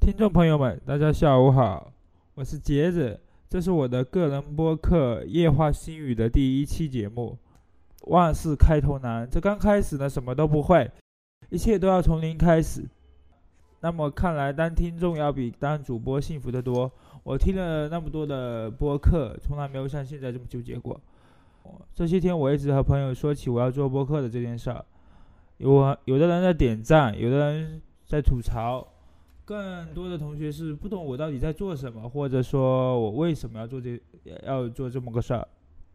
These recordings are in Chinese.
听众朋友们，大家下午好，我是杰子，这是我的个人播客夜话心语的第1期节目。万事开头难，这刚开始呢，什么都不会，一切都要从零开始。那么看来当听众要比当主播幸福得多。我听了那么多的播客，从来没有像现在这么纠结过。这些天我一直和朋友说起我要做播客的这件事儿，有的人在点赞，有的人在吐槽，更多的同学是不懂我到底在做什么，或者说我为什么要做这么个事儿。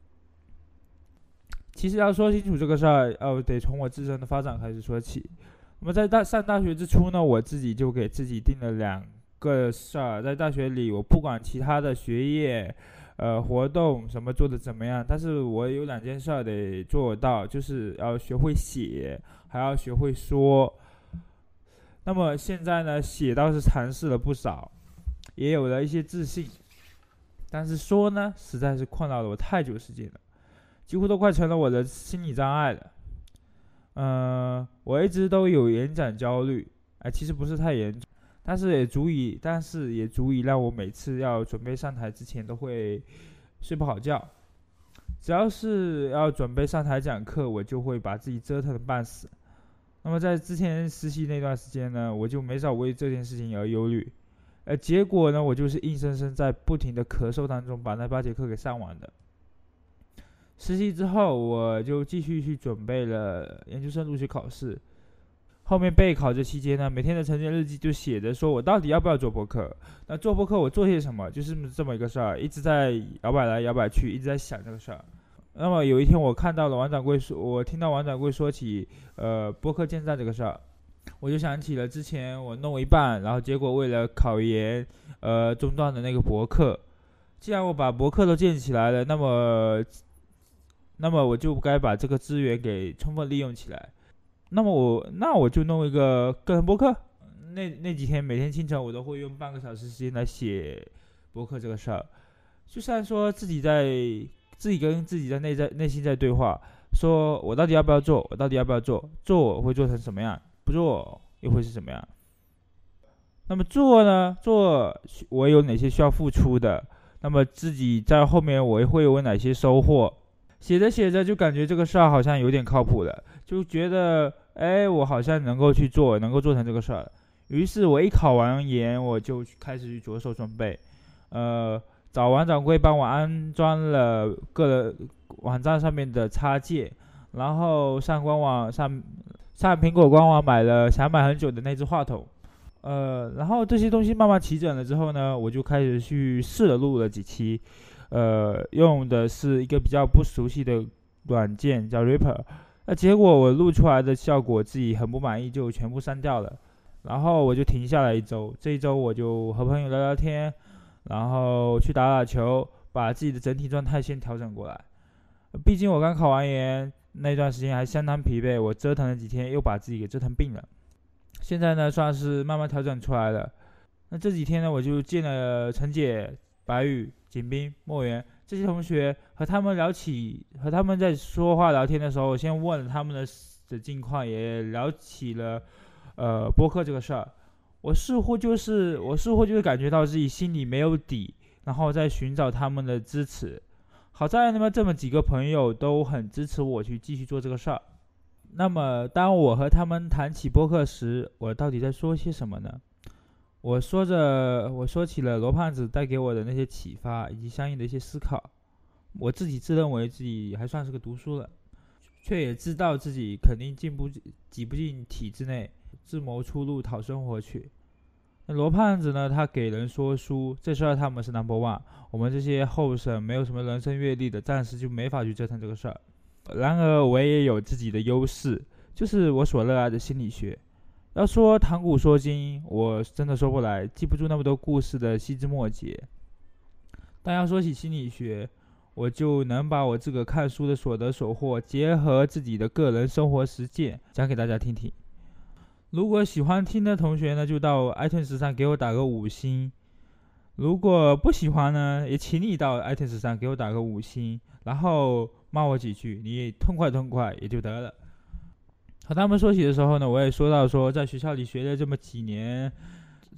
其实要说清楚这个事儿，得从我自身的发展开始说起。那么在上大学之初呢，我自己就给自己定了2个事儿。在大学里，我不管其他的学业、活动什么做的怎么样，但是我有2件事儿得做到，就是要学会写，还要学会说。那么现在呢，写倒是尝试了不少，也有了一些自信，但是说呢，实在是困扰了我太久时间了，几乎都快成了我的心理障碍了。我一直都有演讲焦虑，其实不是太严重，但是也足以让我每次要准备上台之前都会睡不好觉。只要是要准备上台讲课，我就会把自己折腾得半死。那么在之前实习那段时间呢，我就没少为这件事情而忧虑，结果呢，我就是硬生生在不停的咳嗽当中把那8节课给上完的。实习之后，我就继续去准备了研究生入学考试。后面备考这期间呢，每天的晨间日记就写着说我到底要不要做播客。那做播客我做些什么，就是这么一个事儿，一直在摇摆来摇摆去，一直在想这个事儿。那么有一天我听到王掌柜说起播客建站这个事儿，我就想起了之前我弄一半，然后结果为了考研中断的那个博客。既然我把博客都建起来了，那么我就该把这个资源给充分利用起来。那我就弄一个个人播客。那几天每天清晨我都会用半个小时时间来写播客这个事儿。就像说自己跟自己的内心在对话，说我到底要不要做，做我会做成什么样，不做又会是什么样。那么做呢，我有哪些需要付出的，那么自己在后面我会有哪些收获。写着写着就感觉这个事儿好像有点靠谱了，就觉得我好像能够去做，能够做成这个事儿。于是我一考完研，我就开始去着手准备，找王掌柜帮我安装了个人网站上面的插件，然后上苹果官网想买很久的那只话筒。然后这些东西慢慢齐整了之后呢，我就开始去试了录了几期。用的是一个比较不熟悉的软件叫 Reaper。结果我录出来的效果自己很不满意，就全部删掉了。然后我就停下来1周，这1周我就和朋友聊聊天，然后去打打球，把自己的整体状态先调整过来。毕竟我刚考完研，那段时间还相当疲惫，我折腾了几天又把自己给折腾病了。现在呢算是慢慢调整出来了。那这几天呢，我就见了陈姐、白宇、景斌、莫言这些同学，和他们在说话聊天的时候，先问了他们的近况，也聊起了播客这个事儿。我似乎就是感觉到自己心里没有底，然后在寻找他们的支持。好在那么这么几个朋友都很支持我去继续做这个事儿。那么当我和他们谈起播客时，我到底在说些什么呢？我说起了罗胖子带给我的那些启发以及相应的一些思考。我自己自认为自己还算是个读书人，却也知道自己肯定挤不进体制内，自谋出路讨生活去。那罗胖子呢，他给人说书这事儿他们是 No.1， 我们这些后生没有什么人生阅历的，暂时就没法去折腾这个事儿。然而我也有自己的优势，就是我所热爱的心理学。要说谈古说今，我真的说不来，记不住那么多故事的细枝末节。但要说起心理学，我就能把我自个看书的所得所获，结合自己的个人生活实践，讲给大家听听。如果喜欢听的同学呢，就到 iTunes 上给我打个5星。如果不喜欢呢，也请你到 iTunes 上给我打个5星，然后骂我几句，你痛快也就得了。和他们说起的时候呢，我也说到说，在学校里学了这么几年，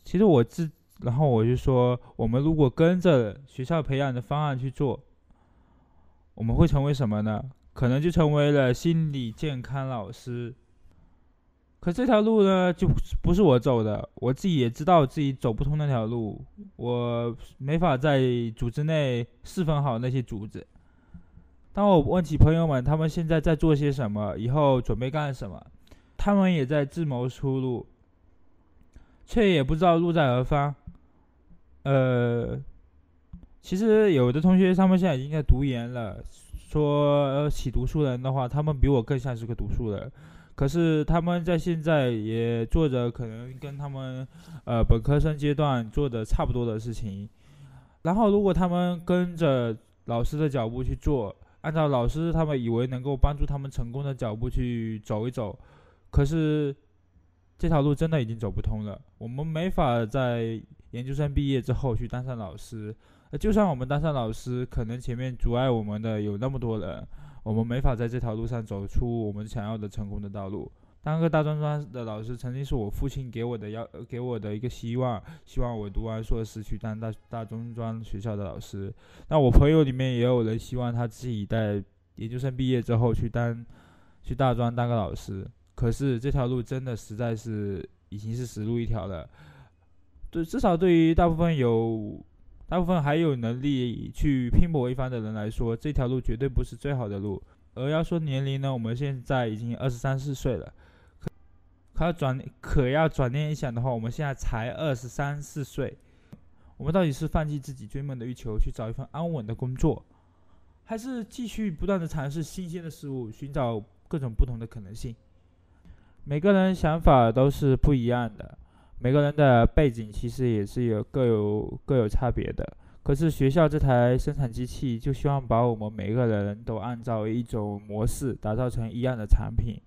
其实然后我就说，我们如果跟着学校培养的方案去做，我们会成为什么呢？可能就成为了心理健康老师。可这条路呢，就不是我走的，我自己也知道自己走不通那条路，我没法在组织内侍奉好那些组织。当我问起朋友们他们现在在做些什么，以后准备干什么，他们也在自谋出路，却也不知道路在何方。其实有的同学他们现在已经在读研了，说起读书人的话，他们比我更像是个读书人。可是他们在现在也做着可能跟他们本科生阶段做的差不多的事情。然后如果他们跟着老师的脚步去做，按照老师他们以为能够帮助他们成功的脚步去走一走，可是这条路真的已经走不通了。我们没法在研究生毕业之后去当上老师，就算我们当上老师，可能前面阻碍我们的有那么多人，我们没法在这条路上走出我们想要的成功的道路。当个大专专的老师曾经是我父亲给我的一个希望我读完硕士去当大中专学校的老师。那我朋友里面也有人希望他自己在研究生毕业之后去大专当个老师，可是这条路真的实在是已经是死路一条了。对，至少对于大部分还有能力去拼搏一番的人来说，这条路绝对不是最好的路。而要说年龄呢，我们现在已经23、24岁了，可要转念一想的话，我们现在才23、24岁，我们到底是放弃自己追梦的欲求，去找一份安稳的工作，还是继续不断的尝试新鲜的事物，寻找各种不同的可能性？每个人想法都是不一样的，每个人的背景其实也是各有差别的。可是学校这台生产机器就希望把我们每个人都按照一种模式打造成一样的产品。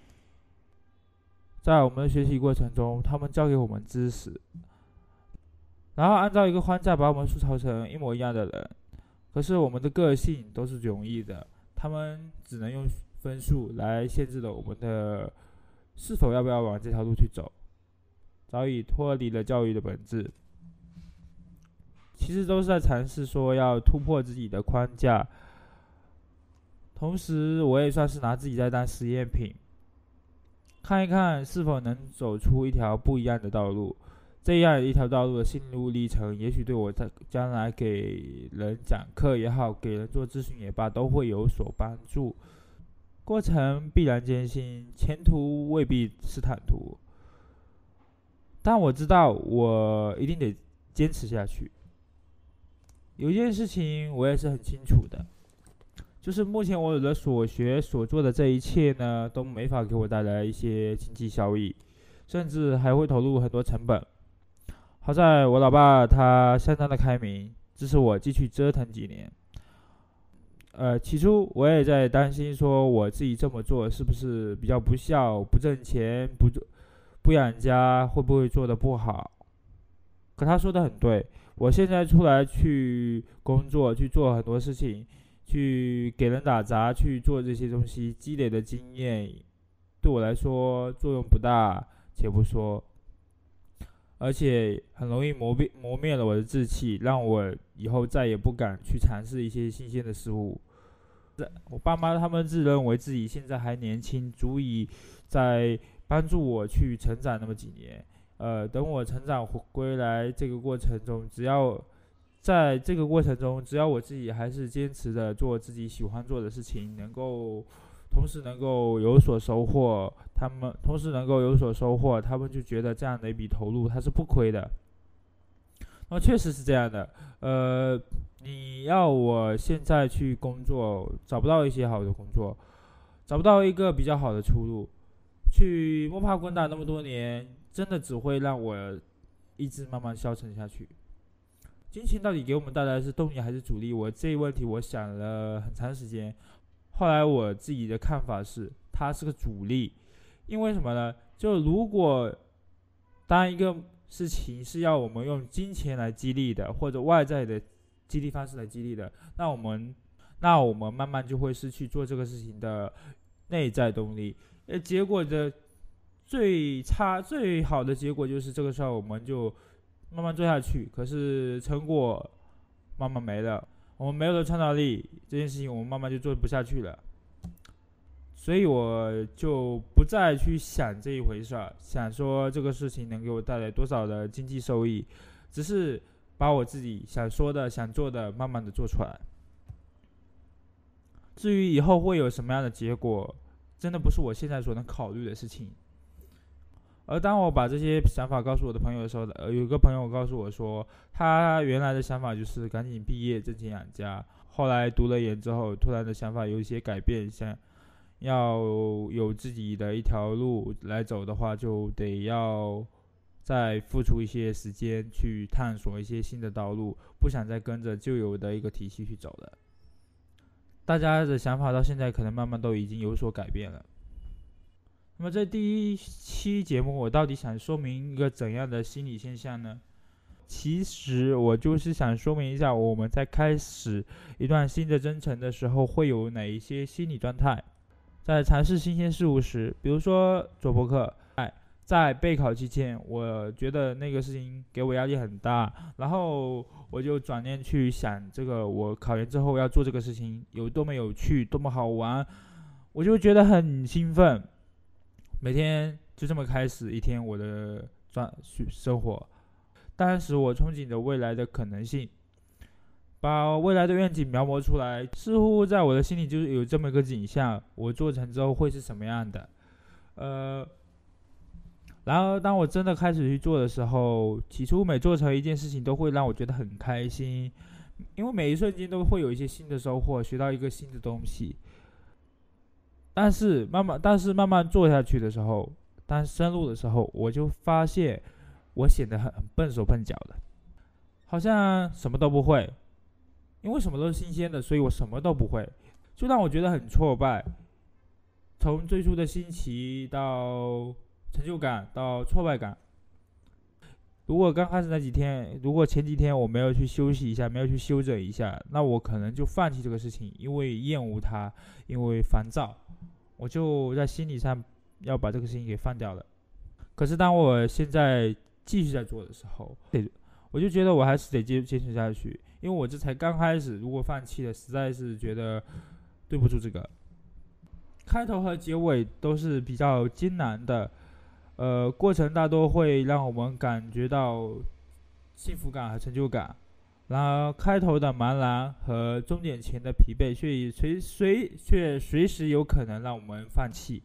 在我们的学习过程中，他们教给我们知识，然后按照一个框架把我们塑造成一模一样的人。可是我们的个性都是迥异的，他们只能用分数来限制了我们的是否要不要往这条路去走，早已脱离了教育的本质。其实都是在尝试说要突破自己的框架，同时我也算是拿自己在当实验品，看一看是否能走出一条不一样的道路。这样一条道路的心路历程，也许对我在将来给人讲课也好，给人做咨询也罢，都会有所帮助。过程必然艰辛，前途未必是坦途，但我知道我一定得坚持下去。有一件事情我也是很清楚的，就是目前我有的所学所做的这一切呢，都没法给我带来一些经济效益，甚至还会投入很多成本。好在我老爸他相当的开明，支持我继续折腾几年。起初我也在担心说我自己这么做是不是比较不孝，不挣钱，不养家，会不会做得不好。可他说的很对，我现在出来去工作，去做很多事情，去给人打杂，去做这些东西，积累的经验对我来说作用不大，且不说，而且很容易磨灭了我的志气，让我以后再也不敢去尝试一些新鲜的事物。我爸妈他们自认为自己现在还年轻，足以在帮助我去成长那么几年。等我成长归来这个过程中，在这个过程中，只要我自己还是坚持的做自己喜欢做的事情，同时能够有所收获，他们就觉得这样的一笔投入它是不亏的。那么确实是这样的。你要我现在去工作，找不到一些好的工作，找不到一个比较好的出路，去摸爬滚打那么多年，真的只会让我意志慢慢消沉下去。金钱到底给我们带来的是动力还是阻力？这一问题我想了很长时间，后来我自己的看法是，它是个阻力。因为什么呢？就如果当一个事情是要我们用金钱来激励的，或者外在的激励方式来激励的，那我们慢慢就会失去做这个事情的内在动力。结果的最好的结果就是这个时候我们就慢慢做下去，可是成果慢慢没了，我们没有了创造力，这件事情我们慢慢就做不下去了。所以我就不再去想这一回事儿，想说这个事情能给我带来多少的经济收益，只是把我自己想说的、想做的慢慢的做出来。至于以后会有什么样的结果，真的不是我现在所能考虑的事情。而当我把这些想法告诉我的朋友的时候，有个朋友告诉我说，他原来的想法就是赶紧毕业挣钱养家，后来读了研之后，突然的想法有一些改变，想要有自己的一条路来走的话，就得要再付出一些时间去探索一些新的道路，不想再跟着旧有的一个体系去走了。大家的想法到现在可能慢慢都已经有所改变了。那么在第一期节目，我到底想说明一个怎样的心理现象呢？其实我就是想说明一下，我们在开始一段新的征程的时候，会有哪一些心理状态。在尝试新鲜事物时，比如说做播客，在备考期间，我觉得那个事情给我压力很大，然后我就转念去想，这个我考研之后要做这个事情有多么有趣，多么好玩，我就觉得很兴奋，每天就这么开始一天我的生活。当时我憧憬着未来的可能性，把未来的愿景描摹出来，似乎在我的心里就有这么一个景象，我做成之后会是什么样的。然而当我真的开始去做的时候，起初每做成一件事情都会让我觉得很开心，因为每一瞬间都会有一些新的收获，学到一个新的东西。但是慢慢做下去的时候，当深入的时候，我就发现我显得很笨手笨脚的，好像什么都不会。因为什么都是新鲜的，所以我什么都不会，就让我觉得很挫败。从最初的新奇到成就感到挫败感。如果刚开始那几天，如果前几天我没有去休息一下，没有去休整一下，那我可能就放弃这个事情，因为厌恶它，因为烦躁，我就在心理上要把这个事情给放掉了。可是当我现在继续在做的时候，我就觉得我还是得坚持下去，因为我这才刚开始，如果放弃了，实在是觉得对不住这个。开头和结尾都是比较艰难的，过程大多会让我们感觉到幸福感和成就感，然而开头的茫然和终点前的疲惫却随时有可能让我们放弃。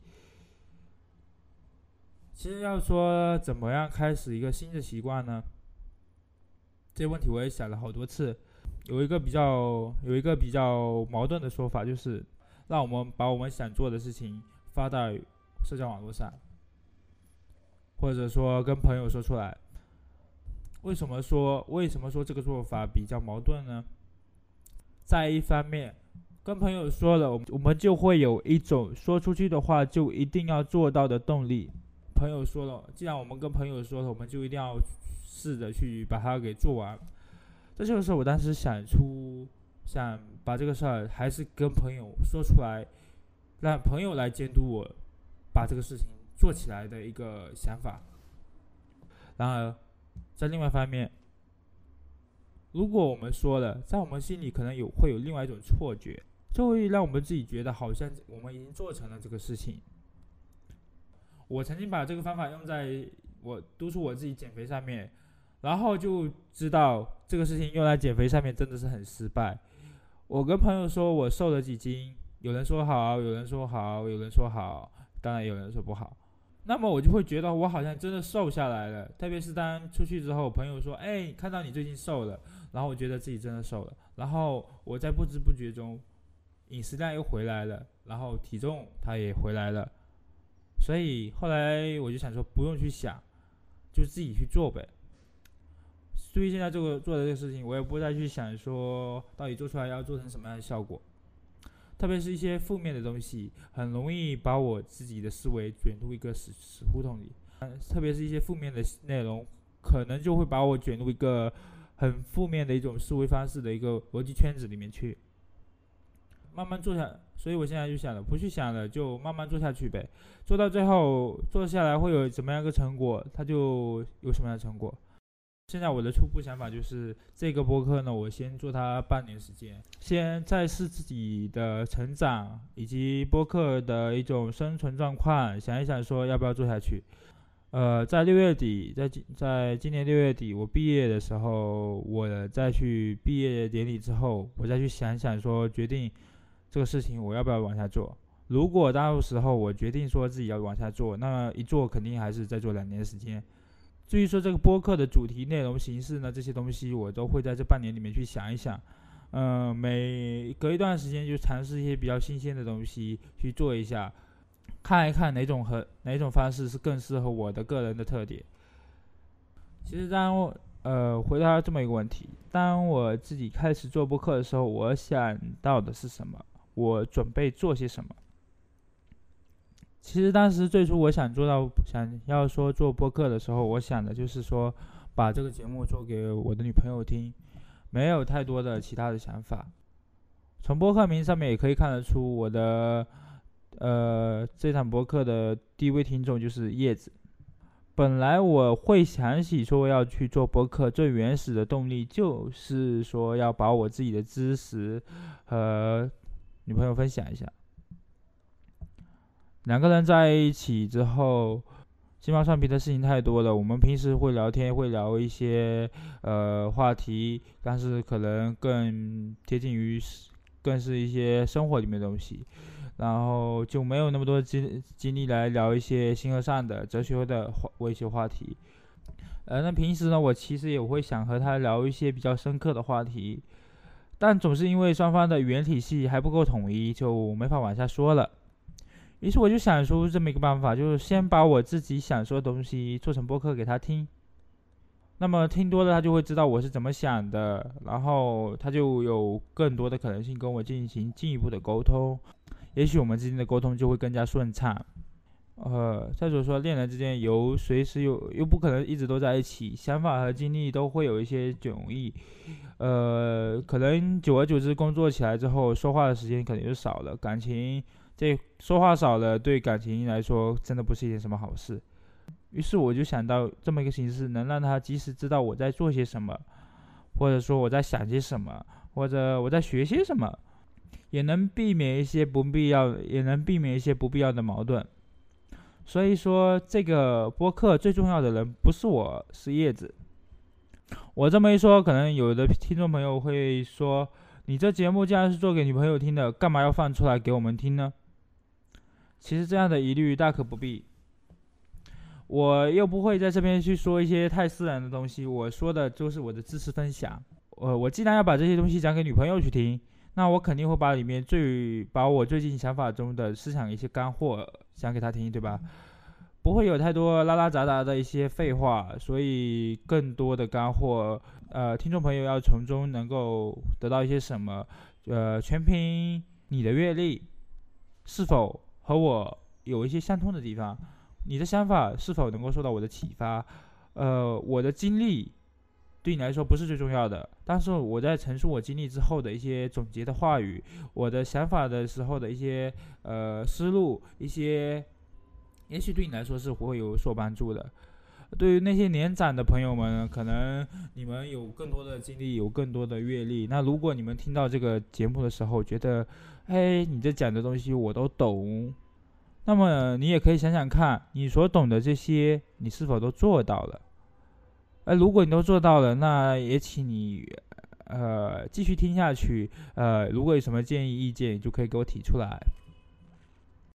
其实要说怎么样开始一个新的习惯呢？这个问题我也想了好多次，有一个比较矛盾的说法，就是让我们把我们想做的事情发到社交网络上，或者说跟朋友说出来。为什么说这个做法比较矛盾呢？在一方面，跟朋友说了，我们就会有一种说出去的话就一定要做到的动力。朋友说了，既然我们跟朋友说了，我们就一定要试着去把它给做完。这就是我当时想把这个事儿还是跟朋友说出来，让朋友来监督我把这个事情做起来的一个想法。然而在另外一方面，如果我们说了，在我们心里可能会有另外一种错觉，就会让我们自己觉得好像我们已经做成了这个事情。我曾经把这个方法用在我督促我自己减肥上面，然后就知道这个事情用来减肥上面真的是很失败。我跟朋友说我瘦了几斤，有人说好，有人说好，有人说好，当然有人说不好。那么我就会觉得我好像真的瘦下来了，特别是当出去之后，朋友说看到你最近瘦了，然后我觉得自己真的瘦了，然后我在不知不觉中饮食量又回来了，然后体重它也回来了。所以后来我就想说不用去想，就自己去做呗。对于现在做的这个事情，我也不再去想说到底做出来要做成什么样的效果。特别是一些负面的东西，很容易把我自己的思维卷入一个死胡同里。特别是一些负面的内容，可能就会把我卷入一个很负面的一种思维方式的一个逻辑圈子里面去。慢慢做下，所以我现在就想了，不去想了，就慢慢做下去呗。做到最后，做下来会有怎么样一个成果，它就有什么样的成果。 现在我的初步想法就是这个播客呢，我先做它半年时间，先再视自己的成长以及播客的一种生存状况，想一想说要不要做下去。在6月底，在今年6月底我毕业的时候，我再去毕业典礼之后，我再去想想说决定这个事情我要不要往下做。如果到时候我决定说自己要往下做，那一做肯定还是再做2年的时间。至于说这个播客的主题、内容、形式呢，这些东西我都会在这半年里面去想一想。每隔一段时间就尝试一些比较新鲜的东西去做一下，看一看哪种方式是更适合我的个人的特点。其实回答这么一个问题，当我自己开始做播客的时候，我想到的是什么？我准备做些什么？其实当时最初我想要说做播客的时候，我想的就是说把这个节目做给我的女朋友听，没有太多的其他的想法。从播客名上面也可以看得出，我的这场播客的第一位听众就是叶子。本来我会想起说要去做播客，最原始的动力就是说要把我自己的知识和女朋友分享一下。2个人在一起之后，鸡毛蒜皮的事情太多了。我们平时会聊天，会聊一些话题，但是可能更贴近于更是一些生活里面的东西，然后就没有那么多精力来聊一些形而上的、哲学的一些话题。那平时呢，我其实也会想和他聊一些比较深刻的话题，但总是因为双方的语言体系还不够统一，就没法往下说了。于是我就想出这么一个办法，就是先把我自己想说的东西做成播客给他听。那么听多了，他就会知道我是怎么想的，然后他就有更多的可能性跟我进行进一步的沟通，也许我们之间的沟通就会更加顺畅。再者说，恋人之间随时又不可能一直都在一起，想法和精力都会有一些迥异。可能久而久之，工作起来之后，说话的时间可能就少了，说话少了，对感情来说真的不是一件什么好事。于是我就想到这么一个形式，能让他及时知道我在做些什么，或者说我在想些什么，或者我在学些什么，也能避免一些不必要的矛盾。所以说，这个播客最重要的人不是我，是叶子。我这么一说，可能有的听众朋友会说，你这节目既然是做给女朋友听的，干嘛要放出来给我们听呢？其实这样的疑虑大可不必，我又不会在这边去说一些太私人的东西，我说的就是我的知识分享。我既然要把这些东西讲给女朋友去听，那我肯定会把我最近想法中的思想一些干货讲给她听，对吧？不会有太多拉拉杂杂的一些废话，所以更多的干货，听众朋友要从中能够得到一些什么，全凭你的阅历是否和我有一些相通的地方，你的想法是否能够受到我的启发，我的经历对你来说不是最重要的，但是我在陈述我经历之后的一些总结的话语，我的想法的时候的一些思路，也许对你来说是会有所帮助的。对于那些年长的朋友们，可能你们有更多的经历，有更多的阅历，那如果你们听到这个节目的时候觉得你这讲的东西我都懂，那么你也可以想想看，你所懂的这些你是否都做到了。如果你都做到了，那也请你继续听下去。如果有什么建议意见，就可以给我提出来。